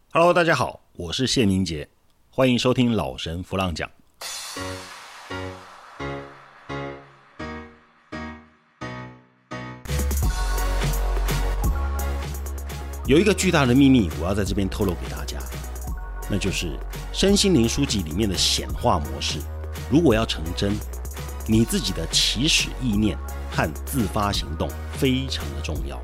Hello， 大家好，我是谢明杰，欢迎收听老神弗浪讲。有一个巨大的秘密，我要在这边透露给大家，那就是身心灵书籍里面的显化模式。如果要成真，你自己的起始意念和自发行动非常的重要。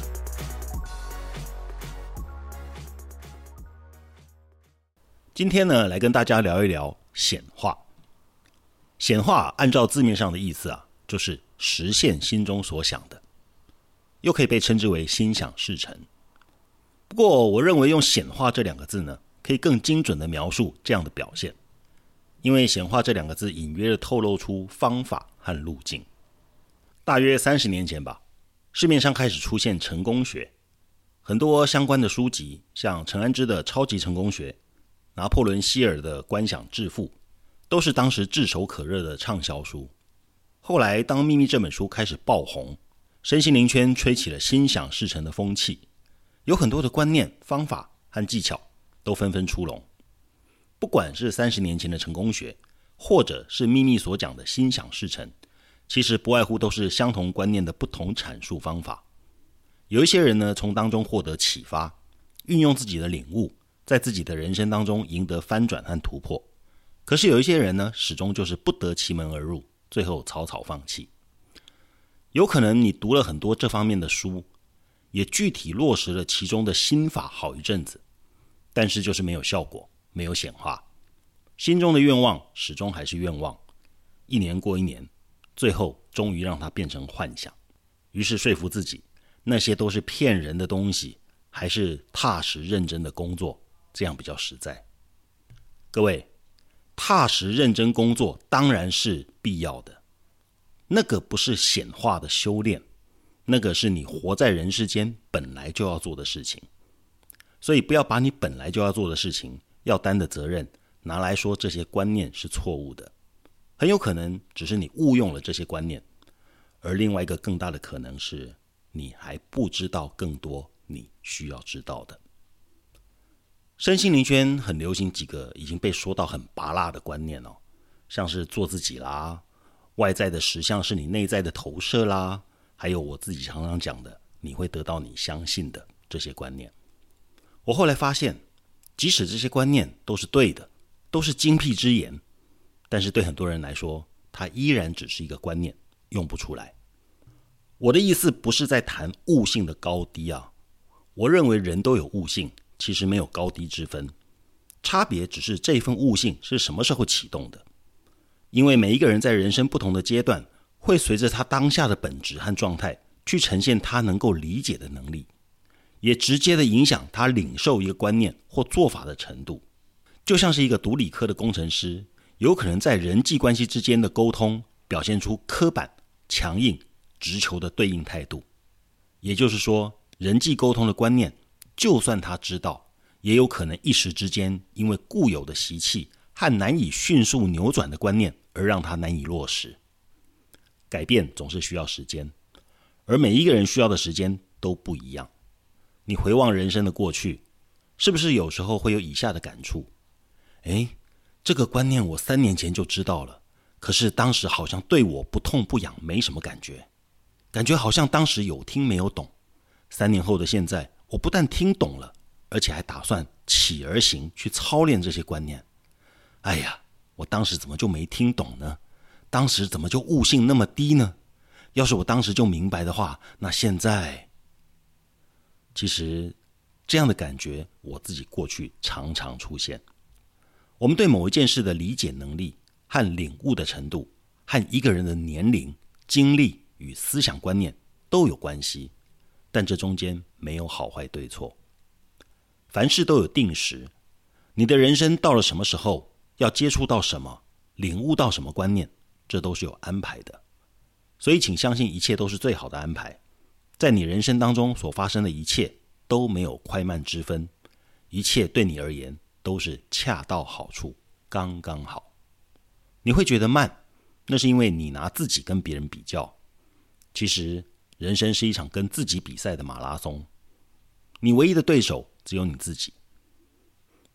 今天呢，来跟大家聊一聊显化。显化按照字面上的意思就是实现心中所想的，又可以被称之为心想事成。不过我认为用显化这两个字呢，可以更精准的描述这样的表现，因为显化这两个字隐约的透露出方法和路径。大约30年前吧，市面上开始出现成功学，很多相关的书籍，像陈安之的超级成功学，拿破仑希尔的观想致富，都是当时炙手可热的畅销书。后来当秘密这本书开始爆红，身心灵圈吹起了心想事成的风气，有很多的观念、方法和技巧都纷纷出笼。不管是30年前的成功学，或者是秘密所讲的心想事成，其实不外乎都是相同观念的不同阐述方法。有一些人呢，从当中获得启发，运用自己的领悟，在自己的人生当中赢得翻转和突破。可是有一些人呢，始终就是不得其门而入，最后草草放弃。有可能你读了很多这方面的书，也具体落实了其中的心法好一阵子，但是就是没有效果，没有显化。心中的愿望始终还是愿望，一年过一年，最后终于让它变成幻想。于是说服自己，那些都是骗人的东西，还是踏实认真的工作，这样比较实在。各位，踏实认真工作当然是必要的，那个不是显化的修炼，那个是你活在人世间本来就要做的事情。所以不要把你本来就要做的事情，要担的责任拿来说这些观念是错误的。很有可能只是你误用了这些观念，而另外一个更大的可能是你还不知道更多你需要知道的。身心灵圈很流行几个已经被说到很拔辣的观念像是做自己啦，外在的实相是你内在的投射啦，还有我自己常常讲的，你会得到你相信的这些观念。我后来发现，即使这些观念都是对的，都是精辟之言，但是对很多人来说，它依然只是一个观念，用不出来。我的意思不是在谈悟性的高低我认为人都有悟性，其实没有高低之分，差别只是这份悟性是什么时候启动的。因为每一个人在人生不同的阶段，会随着他当下的本质和状态，去呈现他能够理解的能力，也直接的影响他领受一个观念或做法的程度。就像是一个读理科的工程师，有可能在人际关系之间的沟通，表现出刻板、强硬、直球的对应态度。也就是说，人际沟通的观念，就算他知道，也有可能一时之间因为固有的习气和难以迅速扭转的观念，而让他难以落实。改变总是需要时间，而每一个人需要的时间都不一样。你回望人生的过去，是不是有时候会有以下的感触？这个观念我3年前就知道了，可是当时好像对我不痛不痒，没什么感觉，感觉好像当时有听没有懂。3年后的现在，我不但听懂了，而且还打算起而行去操练这些观念。哎呀，我当时怎么就没听懂呢？当时怎么就悟性那么低呢？要是我当时就明白的话，那现在……其实这样的感觉我自己过去常常出现。我们对某一件事的理解能力和领悟的程度，和一个人的年龄、经历与思想观念都有关系，但这中间没有好坏对错。凡事都有定时，你的人生到了什么时候，要接触到什么，领悟到什么观念，这都是有安排的。所以请相信一切都是最好的安排。在你人生当中所发生的一切都没有快慢之分，一切对你而言都是恰到好处，刚刚好。你会觉得慢，那是因为你拿自己跟别人比较。其实人生是一场跟自己比赛的马拉松，你唯一的对手只有你自己。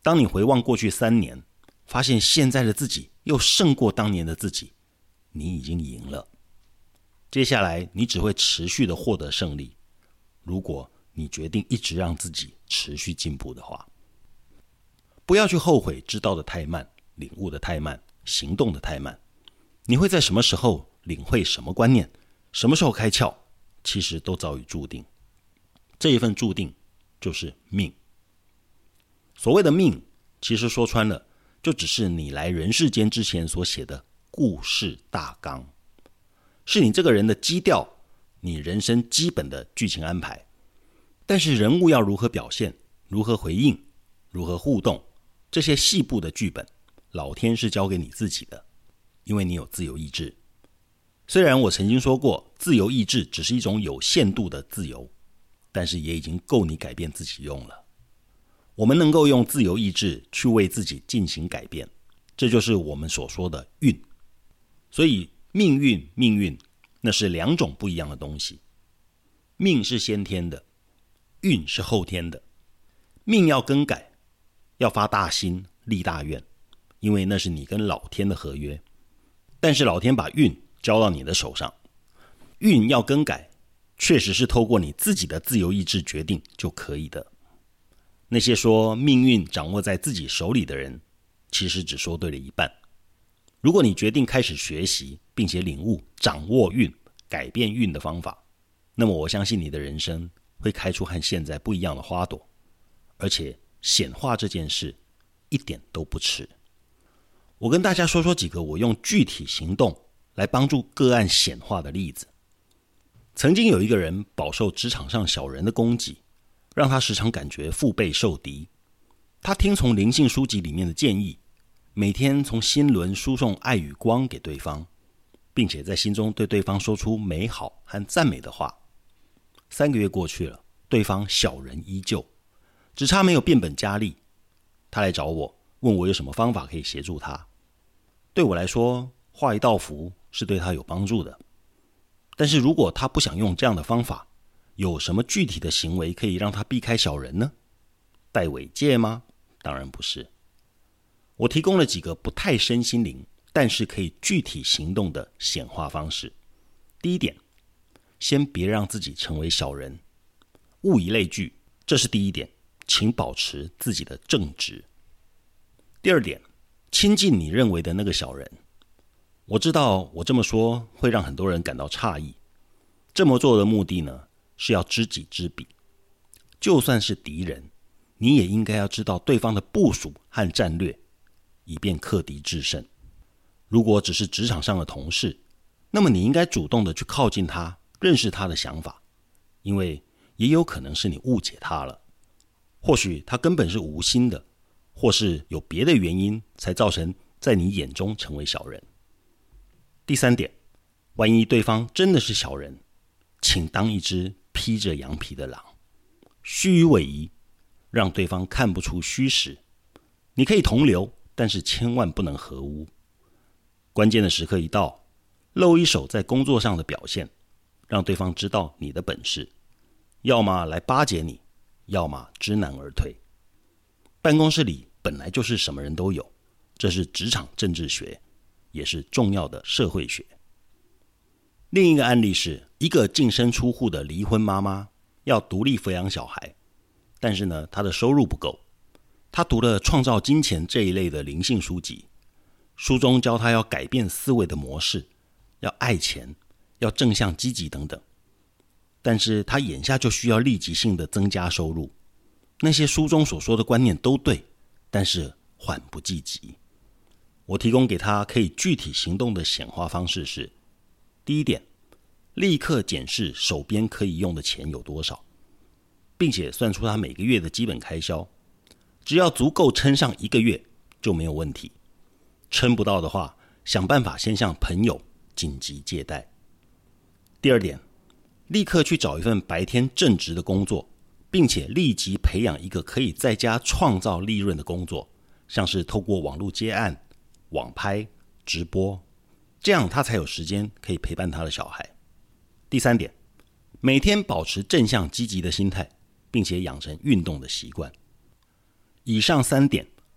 当你回望过去3年，发现现在的自己又胜过当年的自己，你已经赢了。接下来你只会持续的获得胜利，如果你决定一直让自己持续进步的话。不要去后悔知道的太慢，领悟的太慢，行动的太慢。你会在什么时候领会什么观念，什么时候开窍，其实都早已注定。这一份注定就是命。所谓的命，其实说穿了，就只是你来人世间之前所写的故事大纲，是你这个人的基调，你人生基本的剧情安排。但是人物要如何表现，如何回应，如何互动，这些细部的剧本，老天是交给你自己的，因为你有自由意志。虽然我曾经说过，自由意志只是一种有限度的自由，但是也已经够你改变自己用了。我们能够用自由意志去为自己进行改变，这就是我们所说的运。所以命运那是2种不一样的东西。命是先天的，运是后天的。命要更改，要发大心立大愿，因为那是你跟老天的合约。但是老天把运交到你的手上，运要更改，确实是透过你自己的自由意志决定就可以的。那些说命运掌握在自己手里的人，其实只说对了一半。如果你决定开始学习，并且领悟掌握运、改变运的方法，那么我相信你的人生会开出和现在不一样的花朵，而且显化这件事一点都不迟。我跟大家说说几个我用具体行动来帮助个案显化的例子。曾经有一个人饱受职场上小人的攻击，让他时常感觉腹背受敌。他听从灵性书籍里面的建议，每天从心轮输送爱与光给对方，并且在心中对对方说出美好和赞美的话。3个月过去了，对方小人依旧，只差没有变本加厉。他来找我，问我有什么方法可以协助他。对我来说，画一道符是对他有帮助的。但是如果他不想用这样的方法，有什么具体的行为可以让他避开小人呢？戴尾戒吗？当然不是。我提供了几个不太身心灵，但是可以具体行动的显化方式。第一点，先别让自己成为小人，物以类聚，这是第一点，请保持自己的正直。第二点，亲近你认为的那个小人。我知道我这么说会让很多人感到诧异，这么做的目的呢，是要知己知彼。就算是敌人，你也应该要知道对方的部署和战略，以便克敌制胜。如果只是职场上的同事，那么你应该主动的去靠近他，认识他的想法，因为也有可能是你误解他了，或许他根本是无心的，或是有别的原因才造成在你眼中成为小人。第三点，万一对方真的是小人，请当一只披着羊皮的狼，虚与委蛇，让对方看不出虚实。你可以同流，但是千万不能合污。关键的时刻一到，露一手在工作上的表现，让对方知道你的本事，要么来巴结你，要么知难而退。办公室里本来就是什么人都有，这是职场政治学，也是重要的社会学。另一个案例是一个净身出户的离婚妈妈，要独立抚养小孩，但是呢，她的收入不够。她读了《创造金钱》这一类的灵性书籍，书中教她要改变思维的模式，要爱钱，要正向积极等等。但是她眼下就需要立即性的增加收入。那些书中所说的观念都对，但是缓不济急。我提供给她可以具体行动的显化方式是：第一点，立刻检视手边可以用的钱有多少，并且算出他每个月的基本开销，只要足够撑上1个月就没有问题。撑不到的话，想办法先向朋友紧急借贷。第二点，立刻去找一份白天正职的工作，并且立即培养一个可以在家创造利润的工作，像是透过网络接案、网拍、直播，这样他才有时间可以陪伴他的小孩。第三点，每天保持正向积极的心态，并且养成运动的习惯。以上3点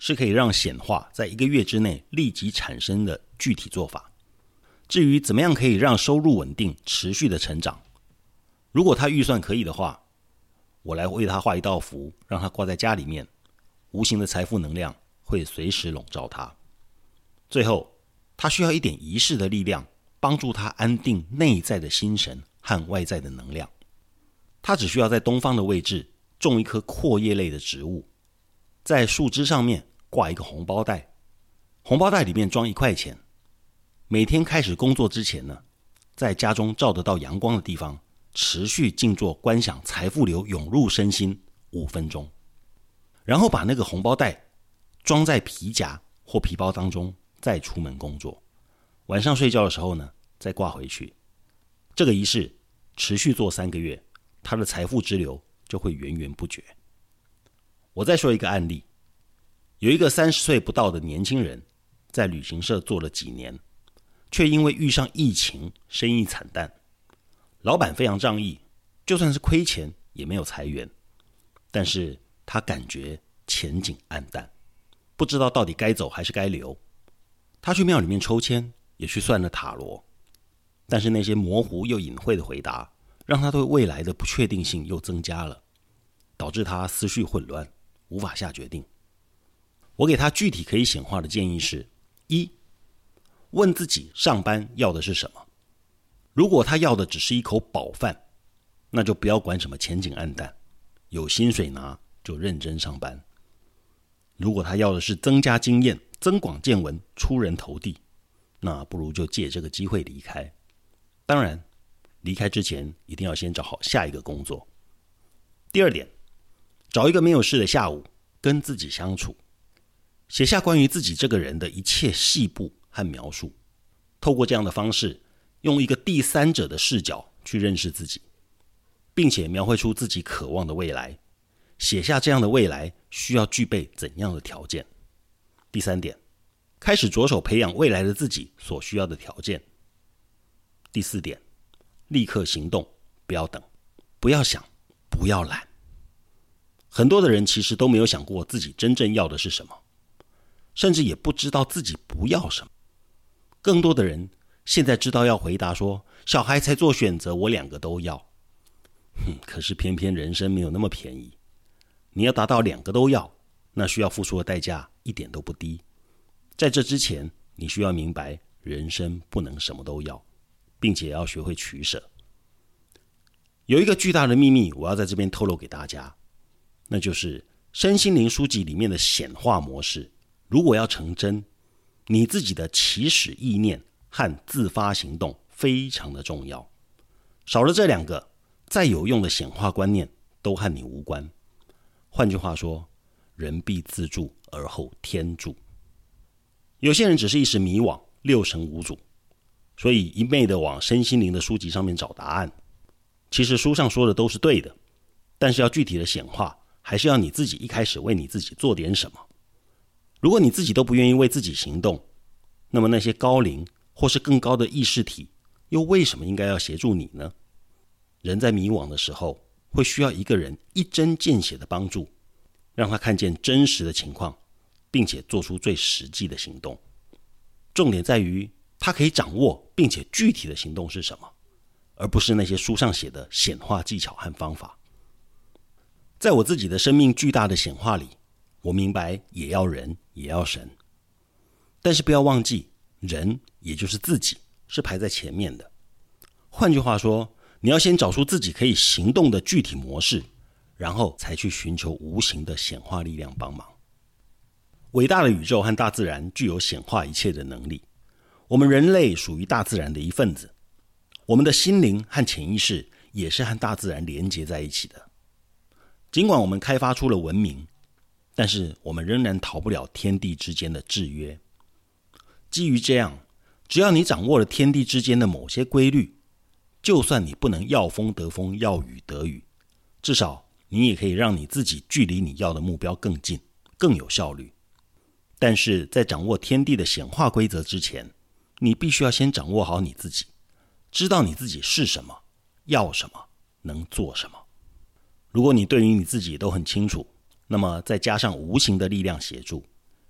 是可以让显化在1个月之内立即产生的具体做法。至于怎么样可以让收入稳定持续的成长，如果他预算可以的话，我来为他画一道符，让他挂在家里面，无形的财富能量会随时笼罩他。最后，他需要一点仪式的力量，帮助他安定内在的心神和外在的能量。他只需要在东方的位置种一棵阔叶类的植物，在树枝上面挂一个红包袋，红包袋里面装1块钱。每天开始工作之前呢，在家中照得到阳光的地方，持续静坐观想财富流涌入身心5分钟，然后把那个红包袋装在皮夹或皮包当中，再出门工作。晚上睡觉的时候呢，再挂回去。这个仪式持续做3个月，他的财富之流就会源源不绝。我再说一个案例，有一个30岁不到的年轻人，在旅行社做了几年，却因为遇上疫情，生意惨淡。老板非常仗义，就算是亏钱也没有裁员，但是他感觉前景暗淡，不知道到底该走还是该留。他去庙里面抽签，也去算了塔罗，但是那些模糊又隐晦的回答，让他对未来的不确定性又增加了，导致他思绪混乱，无法下决定。我给他具体可以显化的建议是：一，问自己上班要的是什么。如果他要的只是一口饱饭，那就不要管什么前景暗淡，有薪水拿就认真上班。如果他要的是增加经验、增广见闻、出人头地，那不如就借这个机会离开。当然，离开之前一定要先找好下一个工作。第二点，找一个没有事的下午，跟自己相处，写下关于自己这个人的一切细部和描述。透过这样的方式，用一个第三者的视角去认识自己，并且描绘出自己渴望的未来，写下这样的未来需要具备怎样的条件。第三点，开始着手培养未来的自己所需要的条件。第四点，立刻行动，不要等，不要想，不要懒。很多的人其实都没有想过自己真正要的是什么，甚至也不知道自己不要什么。更多的人现在知道要回答说，小孩才做选择，我2个都要。可是偏偏人生没有那么便宜，你要达到2个都要，那需要付出的代价一点都不低。在这之前，你需要明白人生不能什么都要，并且要学会取舍。有一个巨大的秘密，我要在这边透露给大家，那就是身心灵书籍里面的显化模式，如果要成真，你自己的起始意念和自发行动非常的重要。少了这2个，再有用的显化观念都和你无关。换句话说，人必自助而后天助。有些人只是一时迷惘，六神无主，所以一昧的往身心灵的书籍上面找答案。其实书上说的都是对的，但是要具体的显化，还是要你自己一开始为你自己做点什么。如果你自己都不愿意为自己行动，那么那些高灵或是更高的意识体又为什么应该要协助你呢？人在迷惘的时候，会需要一个人一针见血的帮助，让他看见真实的情况，并且做出最实际的行动。重点在于他可以掌握并且具体的行动是什么，而不是那些书上写的显化技巧和方法。在我自己的生命巨大的显化里，我明白也要人也要神，但是不要忘记，人也就是自己是排在前面的。换句话说，你要先找出自己可以行动的具体模式，然后才去寻求无形的显化力量帮忙。伟大的宇宙和大自然具有显化一切的能力，我们人类属于大自然的一份子，我们的心灵和潜意识也是和大自然连结在一起的。尽管我们开发出了文明，但是我们仍然逃不了天地之间的制约。基于这样，只要你掌握了天地之间的某些规律，就算你不能要风得风，要雨得雨，至少你也可以让你自己距离你要的目标更近，更有效率。但是在掌握天地的显化规则之前，你必须要先掌握好你自己，知道你自己是什么，要什么，能做什么。如果你对于你自己都很清楚，那么再加上无形的力量协助，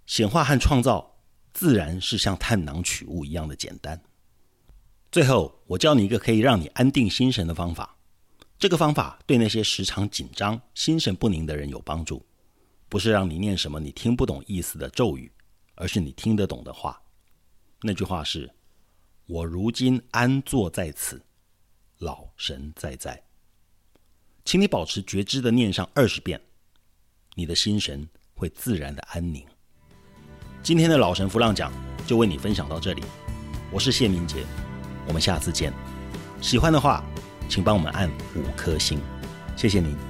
显化和创造自然是像探囊取物一样的简单。最后，我教你一个可以让你安定心神的方法。这个方法对那些时常紧张、心神不宁的人有帮助。不是让你念什么你听不懂意思的咒语，而是你听得懂的话。那句话是：我如今安坐在此，老神在在。请你保持觉知的念上20遍，你的心神会自然的安宁。今天的老神弗朗讲就为你分享到这里，我是谢明杰，我们下次见。喜欢的话请帮我们按5颗星，谢谢您。